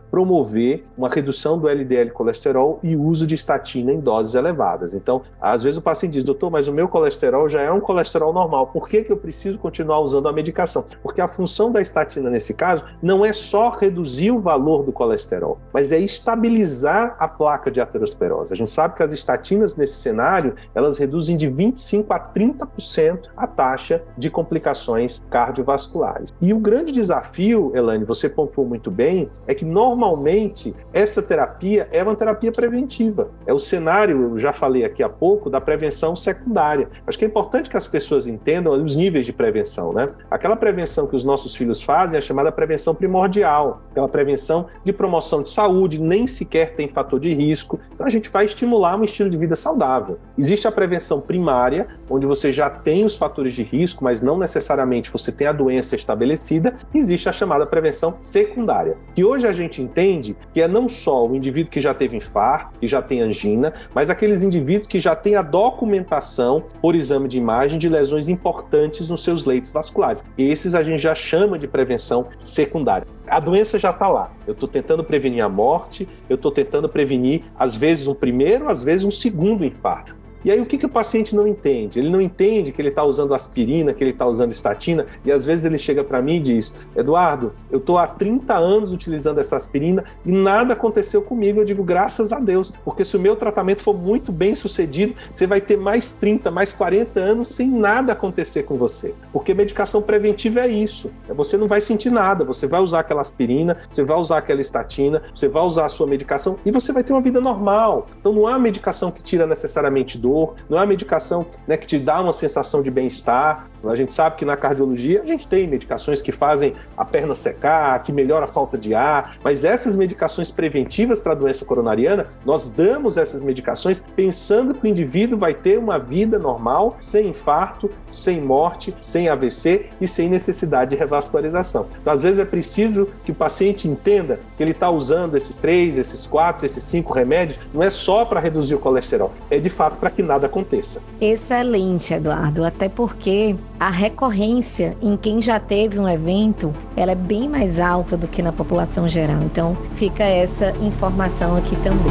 promover uma redução do L D L colesterol e uso de estatina em doses elevadas. Então, às vezes o paciente diz, doutor, mas o meu colesterol já é um colesterol normal, por que que eu preciso continuar usando a medicação? Porque a função da estatina, nesse caso, não é só reduzir o valor do colesterol, mas é estabilizar a placa de aterosclerose. A gente sabe que as estatinas, nesse cenário, elas reduzem de vinte e cinco a trinta por cento a taxa de complicações cardiovasculares. E o grande desafio, Elaine, você pontuou muito bem, é que normalmente essa terapia é uma terapia preventiva. É o cenário, eu já falei aqui há pouco, da prevenção secundária. Acho que é importante que as pessoas entendam os níveis de prevenção, né? Aquela prevenção que os nossos filhos fazem é chamada prevenção primordial, aquela prevenção de promoção de saúde, nem sequer tem fator de risco. Então a gente vai estimular um estilo de vida saudável. Existe a prevenção primária, onde você já tem os fatores de risco, mas não necessariamente você tem a doença estabelecida. Existe a chamada prevenção secundária, que hoje a gente entende que é não só o indivíduo que já teve infarto, que já tem angina, mas aqueles indivíduos que já têm a documentação por exame de imagem de lesões importantes nos seus leitos vasculares. Esses a gente já chama de prevenção secundária. A doença já está lá. Eu estou tentando prevenir a morte, eu estou tentando prevenir, às vezes, um primeiro, às vezes, um segundo infarto. E aí o que, que o paciente não entende? Ele não entende que ele está usando aspirina, que ele está usando estatina, e às vezes ele chega para mim e diz, Eduardo, eu estou há trinta anos utilizando essa aspirina e nada aconteceu comigo. Eu digo, graças a Deus, porque se o meu tratamento for muito bem sucedido, você vai ter mais trinta, mais quarenta anos sem nada acontecer com você. Porque medicação preventiva é isso. Você não vai sentir nada, você vai usar aquela aspirina, você vai usar aquela estatina, você vai usar a sua medicação e você vai ter uma vida normal. Então não há medicação que tira necessariamente dor, não é uma medicação, né, que te dá uma sensação de bem-estar. A gente sabe que na cardiologia a gente tem medicações que fazem a perna secar, que melhora a falta de ar, mas essas medicações preventivas para a doença coronariana, nós damos essas medicações pensando que o indivíduo vai ter uma vida normal, sem infarto, sem morte, sem A V C e sem necessidade de revascularização. Então, às vezes é preciso que o paciente entenda que ele está usando esses três, esses quatro, esses cinco remédios, não é só para reduzir o colesterol, é de fato para que nada aconteça. Excelente, Eduardo, até porque a recorrência em quem já teve um evento, ela é bem mais alta do que na população geral. Então, fica essa informação aqui também.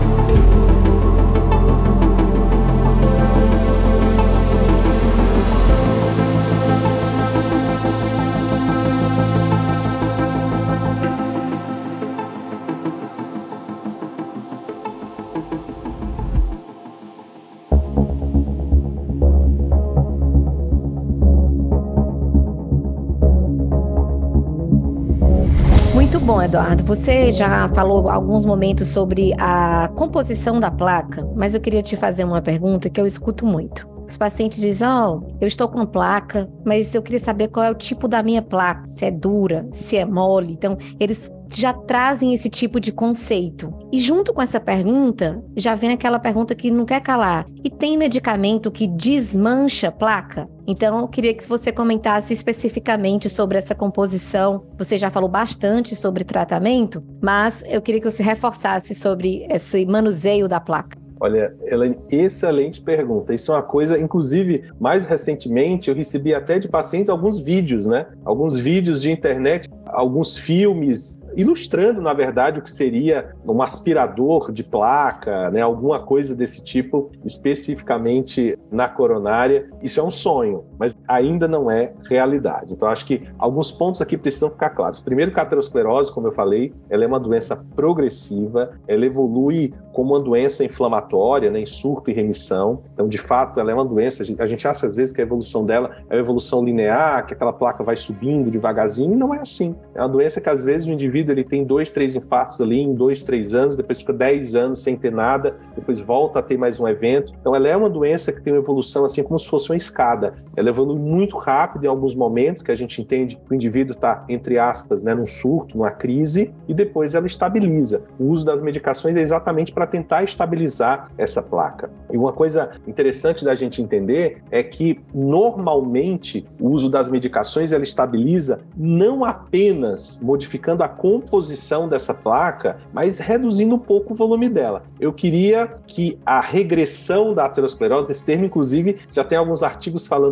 Muito bom, Eduardo. Você já falou alguns momentos sobre a composição da placa, mas eu queria te fazer uma pergunta que eu escuto muito. Os pacientes dizem, ó, oh, eu estou com placa, mas eu queria saber qual é o tipo da minha placa, se é dura, se é mole. Então, eles já trazem esse tipo de conceito. E junto com essa pergunta, já vem aquela pergunta que não quer calar. E tem medicamento que desmancha a placa? Então, eu queria que você comentasse especificamente sobre essa composição. Você já falou bastante sobre tratamento, mas eu queria que você reforçasse sobre esse manuseio da placa. Olha, Elaine, excelente pergunta. Isso é uma coisa, inclusive, mais recentemente, eu recebi até de pacientes alguns vídeos, né? Alguns vídeos de internet, alguns filmes, ilustrando, na verdade, o que seria um aspirador de placa, né? Alguma coisa desse tipo, especificamente na coronária. Isso é um sonho, mas ainda não é realidade. Então, acho que alguns pontos aqui precisam ficar claros. Primeiro, que a aterosclerose, como eu falei, ela é uma doença progressiva, ela evolui como uma doença inflamatória, né, em surto e remissão. Então, de fato, ela é uma doença, a gente acha às vezes que a evolução dela é uma evolução linear, que aquela placa vai subindo devagarzinho, e não é assim. É uma doença que às vezes o indivíduo ele tem dois, três infartos ali em dois, três anos, depois fica dez anos sem ter nada, depois volta a ter mais um evento. Então, ela é uma doença que tem uma evolução assim como se fosse uma escada. Ela evolui muito rápido em alguns momentos, que a gente entende que o indivíduo está, entre aspas, né, num surto, numa crise, e depois ela estabiliza. O uso das medicações é exatamente para tentar estabilizar essa placa. E uma coisa interessante da gente entender é que, normalmente, o uso das medicações ela estabiliza não apenas modificando a composição dessa placa, mas reduzindo um pouco o volume dela. Eu queria que a regressão da aterosclerose, esse termo, inclusive, já tem alguns artigos falando disso, mas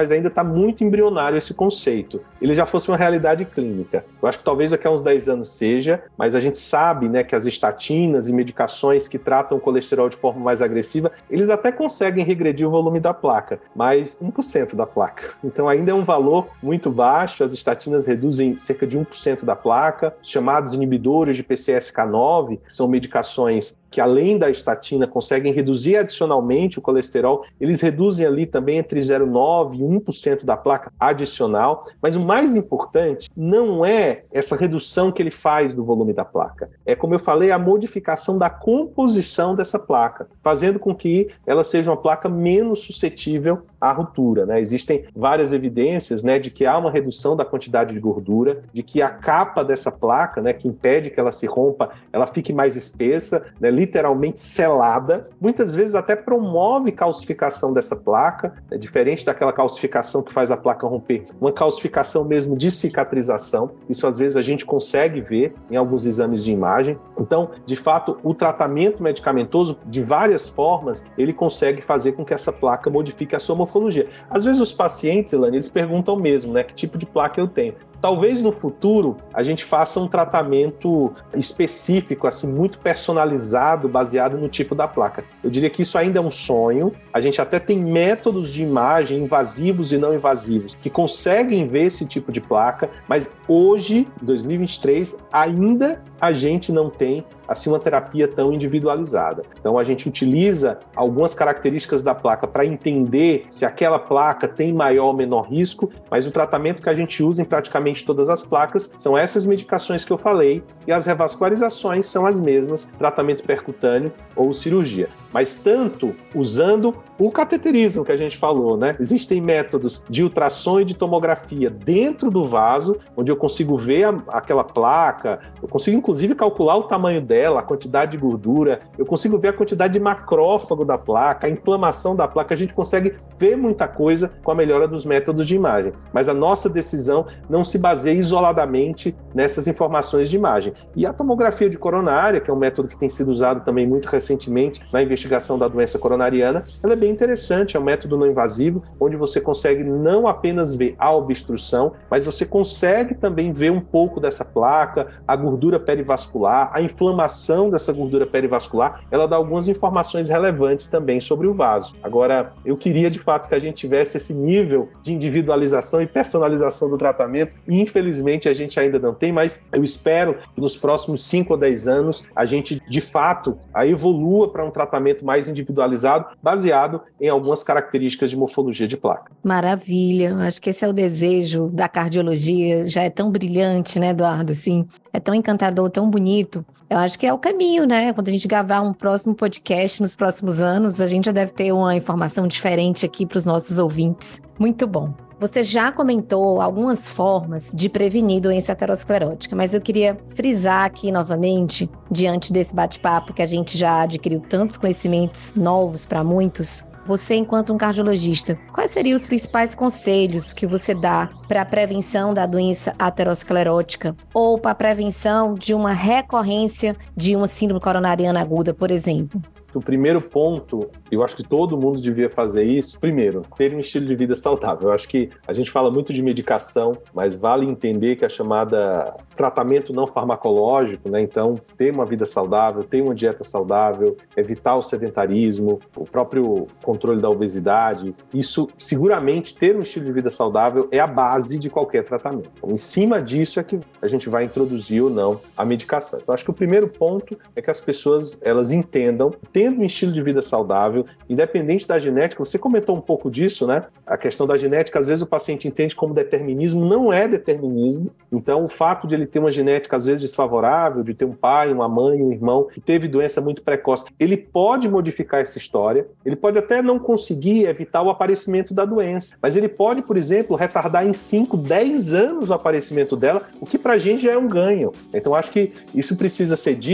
mas ainda está muito embrionário esse conceito. Ele já fosse uma realidade clínica. Eu acho que talvez daqui a uns dez anos seja, mas a gente sabe, né, que as estatinas e medicações que tratam o colesterol de forma mais agressiva, eles até conseguem regredir o volume da placa, mas um por cento da placa. Então ainda é um valor muito baixo, as estatinas reduzem cerca de um por cento da placa, os chamados inibidores de P C S K nove, que são medicações que além da estatina conseguem reduzir adicionalmente o colesterol, eles reduzem ali também entre zero vírgula nove por cento e um por cento da placa adicional, mas o mais importante não é essa redução que ele faz do volume da placa, é, como eu falei, a modificação da composição dessa placa, fazendo com que ela seja uma placa menos suscetível à ruptura, né? Existem várias evidências, né, de que há uma redução da quantidade de gordura, de que a capa dessa placa, né, que impede que ela se rompa, ela fique mais espessa, né, literalmente selada, muitas vezes até promove calcificação dessa placa, né, diferente daquela calcificação que faz a placa romper, uma calcificação mesmo de cicatrização, isso às vezes a gente consegue ver em alguns exames de imagem. Então, de fato, o tratamento medicamentoso, de várias formas, ele consegue fazer com que essa placa modifique a sua morfologia. Às vezes os pacientes, Elaine, eles perguntam mesmo, né, que tipo de placa eu tenho. Talvez no futuro a gente faça um tratamento específico, assim, muito personalizado, baseado no tipo da placa. Eu diria que isso ainda é um sonho. A gente até tem métodos de imagem invasivos e não invasivos que conseguem ver esse tipo de placa, mas hoje, em dois mil e vinte e três, ainda a gente não tem assim uma terapia tão individualizada. Então a gente utiliza algumas características da placa para entender se aquela placa tem maior ou menor risco, mas o tratamento que a gente usa em praticamente todas as placas são essas medicações que eu falei, e as revascularizações são as mesmas, tratamento percutâneo ou cirurgia. Mas tanto usando o cateterismo que a gente falou, né? Existem métodos de ultrassom e de tomografia dentro do vaso, onde eu consigo ver a, aquela placa, eu consigo inclusive calcular o tamanho dela, a quantidade de gordura, eu consigo ver a quantidade de macrófago da placa, a inflamação da placa, a gente consegue ver muita coisa com a melhora dos métodos de imagem. Mas a nossa decisão não se baseia isoladamente nessas informações de imagem. E a tomografia de coronária, que é um método que tem sido usado também muito recentemente na investigação da doença coronariana, ela é bem interessante, é um método não invasivo, onde você consegue não apenas ver a obstrução, mas você consegue também ver um pouco dessa placa, a gordura perivascular, a inflamação dessa gordura perivascular, ela dá algumas informações relevantes também sobre o vaso. Agora, eu queria de fato que a gente tivesse esse nível de individualização e personalização do tratamento, e infelizmente a gente ainda não tem, mas eu espero que nos próximos cinco ou dez anos a gente de fato a evolua para um tratamento mais individualizado, baseado em algumas características de morfologia de placa. Maravilha, acho que esse é o desejo da cardiologia, já é tão brilhante, né, Eduardo, assim, é tão encantador, tão bonito. Eu acho que é o caminho, né, quando a gente gravar um próximo podcast nos próximos anos, a gente já deve ter uma informação diferente aqui para os nossos ouvintes. Muito bom. Você já comentou algumas formas de prevenir doença aterosclerótica, mas eu queria frisar aqui novamente, diante desse bate-papo que a gente já adquiriu tantos conhecimentos novos para muitos, você, enquanto um cardiologista, quais seriam os principais conselhos que você dá para a prevenção da doença aterosclerótica ou para a prevenção de uma recorrência de uma síndrome coronariana aguda, por exemplo? O primeiro ponto, eu acho que todo mundo devia fazer isso, primeiro, ter um estilo de vida saudável. Eu acho que a gente fala muito de medicação, mas vale entender que a chamada tratamento não farmacológico, né? Então, ter uma vida saudável, ter uma dieta saudável, evitar o sedentarismo, o próprio controle da obesidade, isso, seguramente, ter um estilo de vida saudável é a base de qualquer tratamento. Então, em cima disso é que a gente vai introduzir ou não a medicação. Então, acho que o primeiro ponto é que as pessoas, elas entendam, tendo um estilo de vida saudável, independente da genética, você comentou um pouco disso, né? A questão da genética, às vezes o paciente entende como determinismo, não é determinismo. Então, o fato de ele ter uma genética, às vezes, desfavorável, de ter um pai, uma mãe, um irmão, que teve doença muito precoce, ele pode modificar essa história, ele pode até não conseguir evitar o aparecimento da doença, mas ele pode, por exemplo, retardar em cinco, dez anos o aparecimento dela, o que pra gente já é um ganho. Então, acho que isso precisa ser dito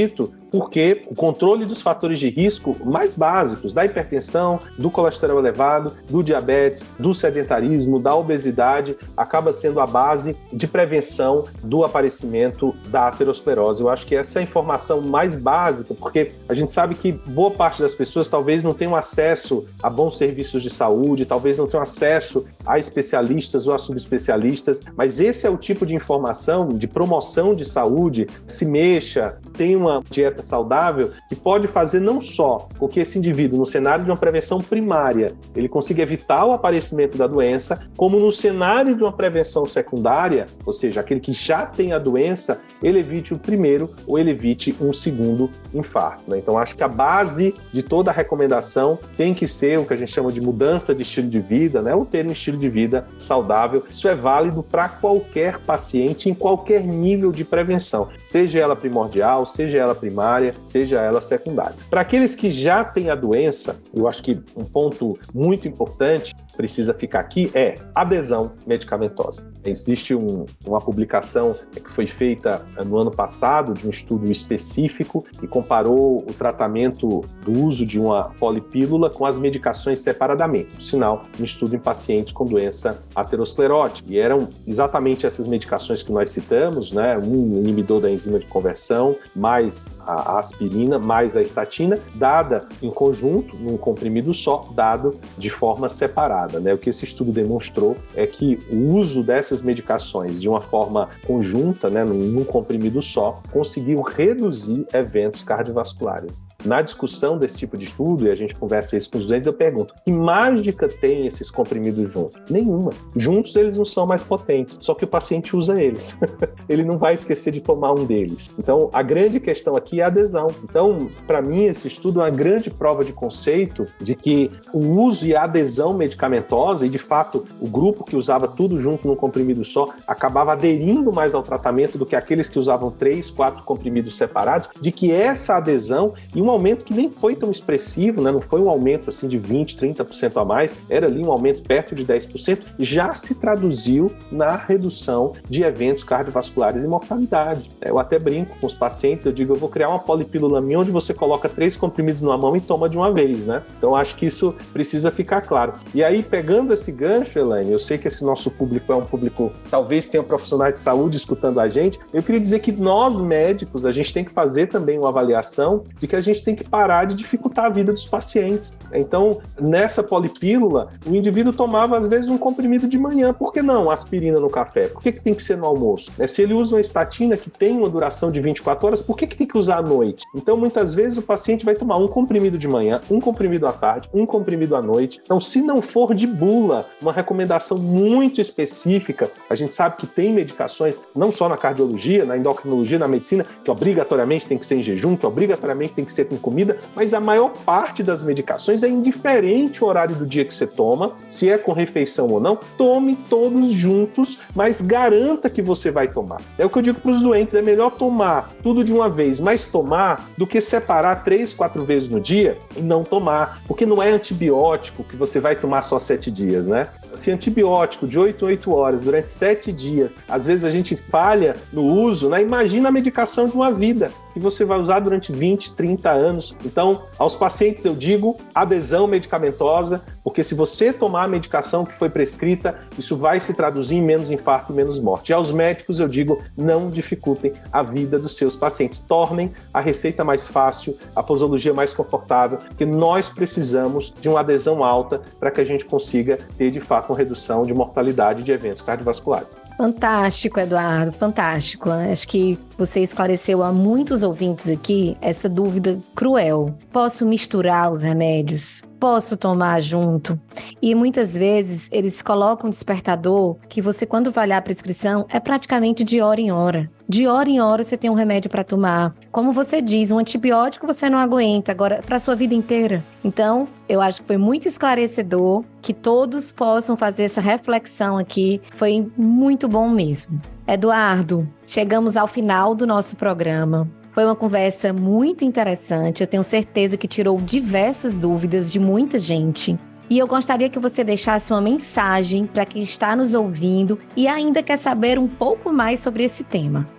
porque o controle dos fatores de risco mais básicos, da hipertensão, do colesterol elevado, do diabetes, do sedentarismo, da obesidade, acaba sendo a base de prevenção do aparecimento da aterosclerose. Eu acho que essa é a informação mais básica, porque a gente sabe que boa parte das pessoas talvez não tenham acesso a bons serviços de saúde, talvez não tenham acesso a especialistas ou a subespecialistas, mas esse é o tipo de informação de promoção de saúde. Se mexa, tem uma dieta saudável que pode fazer não só com que esse indivíduo, no cenário de uma prevenção primária, ele consiga evitar o aparecimento da doença, como no cenário de uma prevenção secundária, ou seja, aquele que já tem a doença, ele evite o primeiro ou ele evite um segundo infarto, né? Então, acho que a base de toda a recomendação tem que ser o que a gente chama de mudança de estilo de vida, né? Ou ter um estilo de vida saudável. Isso é válido para qualquer paciente em qualquer nível de prevenção, seja ela primordial, seja ela primária, seja ela secundária. Para aqueles que já têm a doença, eu acho que um ponto muito importante precisa ficar aqui é adesão medicamentosa. Existe um, uma publicação que foi feita no ano passado de um estudo específico que comparou o tratamento do uso de uma polipílula com as medicações separadamente, por sinal, um estudo em pacientes com doença aterosclerótica. E eram exatamente essas medicações que nós citamos, né? Um inibidor da enzima de conversão, mais a aspirina, mais a estatina, dada em conjunto, num comprimido só, dado de forma separada, né? O que esse estudo demonstrou é que o uso dessas medicações de uma forma conjunta, né, num comprimido só, conseguiu reduzir eventos cardiovasculares. Na discussão desse tipo de estudo, e a gente conversa isso com os doentes, eu pergunto, que mágica tem esses comprimidos juntos? Nenhuma. Juntos eles não são mais potentes, só que o paciente usa eles. Ele não vai esquecer de tomar um deles. Então, a grande questão aqui é a adesão. Então, para mim, esse estudo é uma grande prova de conceito de que o uso e a adesão medicamentosa, e de fato, o grupo que usava tudo junto num comprimido só, acabava aderindo mais ao tratamento do que aqueles que usavam três, quatro comprimidos separados, de que essa adesão e um aumento que nem foi tão expressivo, né? Não foi um aumento assim de vinte, trinta por cento a mais, era ali um aumento perto de dez por cento, já se traduziu na redução de eventos cardiovasculares e mortalidade. Eu até brinco com os pacientes, eu digo, eu vou criar uma polipílula minha onde você coloca três comprimidos numa mão e toma de uma vez, né? Então acho que isso precisa ficar claro. E aí, pegando esse gancho, Elaine, eu sei que esse nosso público é um público, talvez tenha profissionais de saúde escutando a gente, eu queria dizer que nós médicos, a gente tem que fazer também uma avaliação de que a gente tem que parar de dificultar a vida dos pacientes. Então, nessa polipílula, o indivíduo tomava, às vezes, um comprimido de manhã. Por que não aspirina no café? Por que que tem que ser no almoço? Se ele usa uma estatina que tem uma duração de vinte e quatro horas, por que que tem que usar à noite? Então, muitas vezes, o paciente vai tomar um comprimido de manhã, um comprimido à tarde, um comprimido à noite. Então, se não for de bula, uma recomendação muito específica, a gente sabe que tem medicações, não só na cardiologia, na endocrinologia, na medicina, que obrigatoriamente tem que ser em jejum, que obrigatoriamente tem que ser com comida, mas a maior parte das medicações é indiferente o horário do dia que você toma, se é com refeição ou não, tome todos juntos, mas garanta que você vai tomar. É o que eu digo para os doentes, é melhor tomar tudo de uma vez, mas tomar, do que separar três, quatro vezes no dia e não tomar, porque não é antibiótico que você vai tomar só sete dias, né? Se antibiótico de oito em oito horas, durante sete dias, às vezes a gente falha no uso, né? Imagina a medicação de uma vida que você vai usar durante vinte, trinta anos. Então, aos pacientes eu digo adesão medicamentosa, porque se você tomar a medicação que foi prescrita, isso vai se traduzir em menos infarto e menos morte. E aos médicos eu digo, não dificultem a vida dos seus pacientes. Tornem a receita mais fácil, a posologia mais confortável, porque nós precisamos de uma adesão alta para que a gente consiga ter, de fato, uma redução de mortalidade de eventos cardiovasculares. Fantástico, Eduardo, fantástico. Acho que você esclareceu a muitos ouvintes aqui essa dúvida cruel. Posso misturar os remédios? Posso tomar junto? E muitas vezes eles colocam um despertador que você, quando vai olhar a prescrição, é praticamente de hora em hora. De hora em hora você tem um remédio para tomar. Como você diz, um antibiótico você não aguenta, agora para a sua vida inteira. Então, eu acho que foi muito esclarecedor, que todos possam fazer essa reflexão aqui. Foi muito bom mesmo. Eduardo, chegamos ao final do nosso programa. Foi uma conversa muito interessante, eu tenho certeza que tirou diversas dúvidas de muita gente. E eu gostaria que você deixasse uma mensagem para quem está nos ouvindo e ainda quer saber um pouco mais sobre esse tema.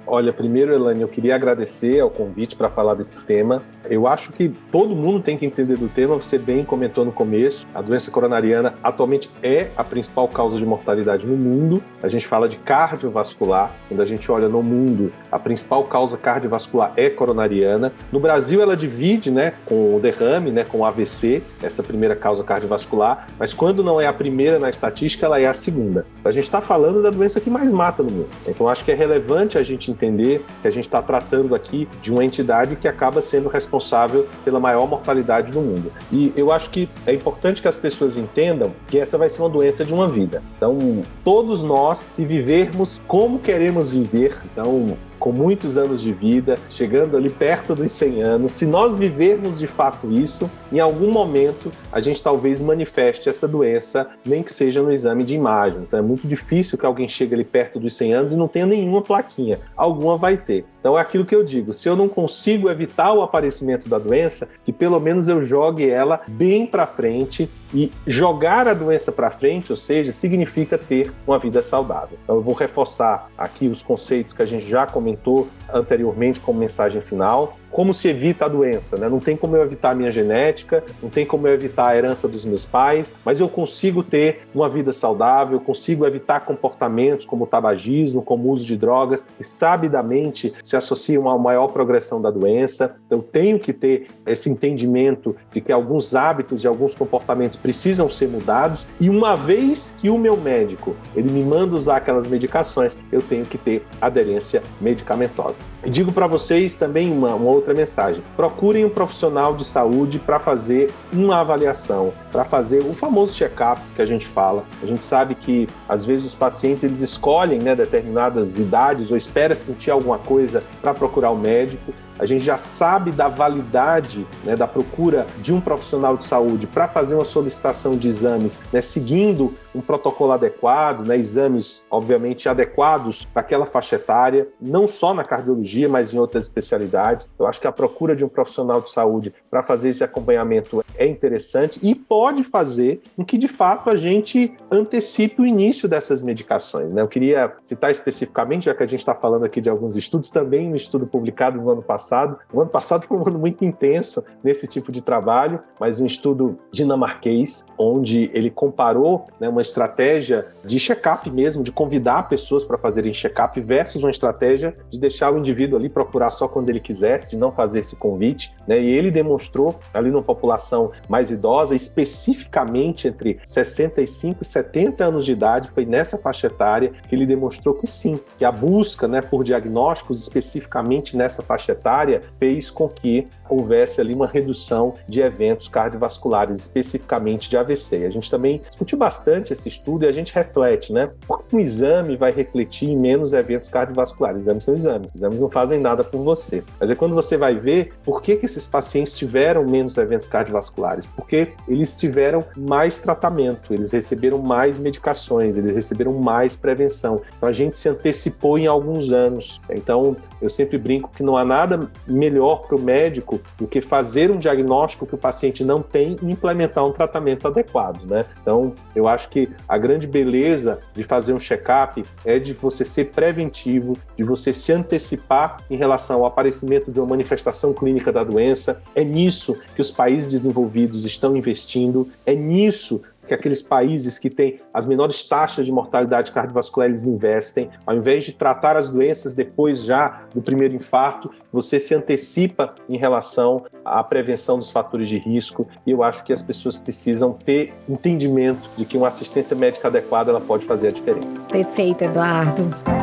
Olha, primeiro, Elaine, eu queria agradecer ao convite para falar desse tema. Eu acho que todo mundo tem que entender do tema. Você bem comentou no começo, a doença coronariana atualmente é a principal causa de mortalidade no mundo. A gente fala de cardiovascular. Quando a gente olha no mundo, a principal causa cardiovascular é coronariana. No Brasil, ela divide, né, com o derrame, né, com o A V C, essa primeira causa cardiovascular, mas quando não é a primeira na estatística, ela é a segunda. A gente está falando da doença que mais mata no mundo. Então, acho que é relevante a gente entender que a gente está tratando aqui de uma entidade que acaba sendo responsável pela maior mortalidade do mundo. E eu acho que é importante que as pessoas entendam que essa vai ser uma doença de uma vida. Então, todos nós, se vivermos como queremos viver, então, com muitos anos de vida, chegando ali perto dos cem anos, se nós vivermos de fato isso, em algum momento a gente talvez manifeste essa doença, nem que seja no exame de imagem. Então é muito difícil que alguém chegue ali perto dos cem anos e não tenha nenhuma plaquinha. Alguma vai ter. Então é aquilo que eu digo, se eu não consigo evitar o aparecimento da doença, que pelo menos eu jogue ela bem para frente, e jogar a doença para frente, ou seja, significa ter uma vida saudável. Então eu vou reforçar aqui os conceitos que a gente já comentou anteriormente como mensagem final. Como se evita a doença, né? Não tem como eu evitar a minha genética, não tem como eu evitar a herança dos meus pais, mas eu consigo ter uma vida saudável, eu consigo evitar comportamentos como o tabagismo, como o uso de drogas, que sabidamente se associam a uma maior progressão da doença. Eu tenho que ter esse entendimento de que alguns hábitos e alguns comportamentos precisam ser mudados, e uma vez que o meu médico ele me manda usar aquelas medicações, eu tenho que ter aderência medicamentosa. E digo para vocês também uma, uma outra mensagem. Procurem um profissional de saúde para fazer uma avaliação, para fazer o famoso check-up que a gente fala. A gente sabe que, às vezes, os pacientes eles escolhem, né, determinadas idades ou esperam sentir alguma coisa para procurar o médico. A gente já sabe da validade, né, da procura de um profissional de saúde para fazer uma solicitação de exames, né, seguindo um protocolo adequado, né, exames, obviamente, adequados para aquela faixa etária, não só na cardiologia, mas em outras especialidades. Eu acho que a procura de um profissional de saúde para fazer esse acompanhamento é interessante e pode fazer com que, de fato, a gente antecipe o início dessas medicações, né? Eu queria citar especificamente, já que a gente está falando aqui de alguns estudos, também um estudo publicado no ano passado. O ano passado foi um ano muito intenso nesse tipo de trabalho, mas um estudo dinamarquês, onde ele comparou, né, uma estratégia de check-up mesmo, de convidar pessoas para fazerem check-up versus uma estratégia de deixar o indivíduo ali procurar só quando ele quisesse, de não fazer esse convite, né? E ele demonstrou ali numa população mais idosa, especificamente entre sessenta e cinco e setenta anos de idade, foi nessa faixa etária que ele demonstrou que sim, que a busca, né, por diagnósticos especificamente nessa faixa etária fez com que houvesse ali uma redução de eventos cardiovasculares, especificamente de A V C. A gente também discutiu bastante esse estudo e a gente reflete, né? Porque um exame vai refletir em menos eventos cardiovasculares. Exames são exames. Exames não fazem nada por você. Mas é quando você vai ver por que, que esses pacientes tiveram menos eventos cardiovasculares. Porque eles tiveram mais tratamento, eles receberam mais medicações, eles receberam mais prevenção. Então a gente se antecipou em alguns anos. Então eu sempre brinco que não há nada melhor para o médico do que fazer um diagnóstico que o paciente não tem e implementar um tratamento adequado, né? Então, eu acho que a grande beleza de fazer um check-up é de você ser preventivo, de você se antecipar em relação ao aparecimento de uma manifestação clínica da doença. É nisso que os países desenvolvidos estão investindo, é nisso que aqueles países que têm as menores taxas de mortalidade cardiovascular, eles investem. Ao invés de tratar as doenças depois já do primeiro infarto, você se antecipa em relação à prevenção dos fatores de risco, e eu acho que as pessoas precisam ter entendimento de que uma assistência médica adequada ela pode fazer a diferença. Perfeito, Eduardo.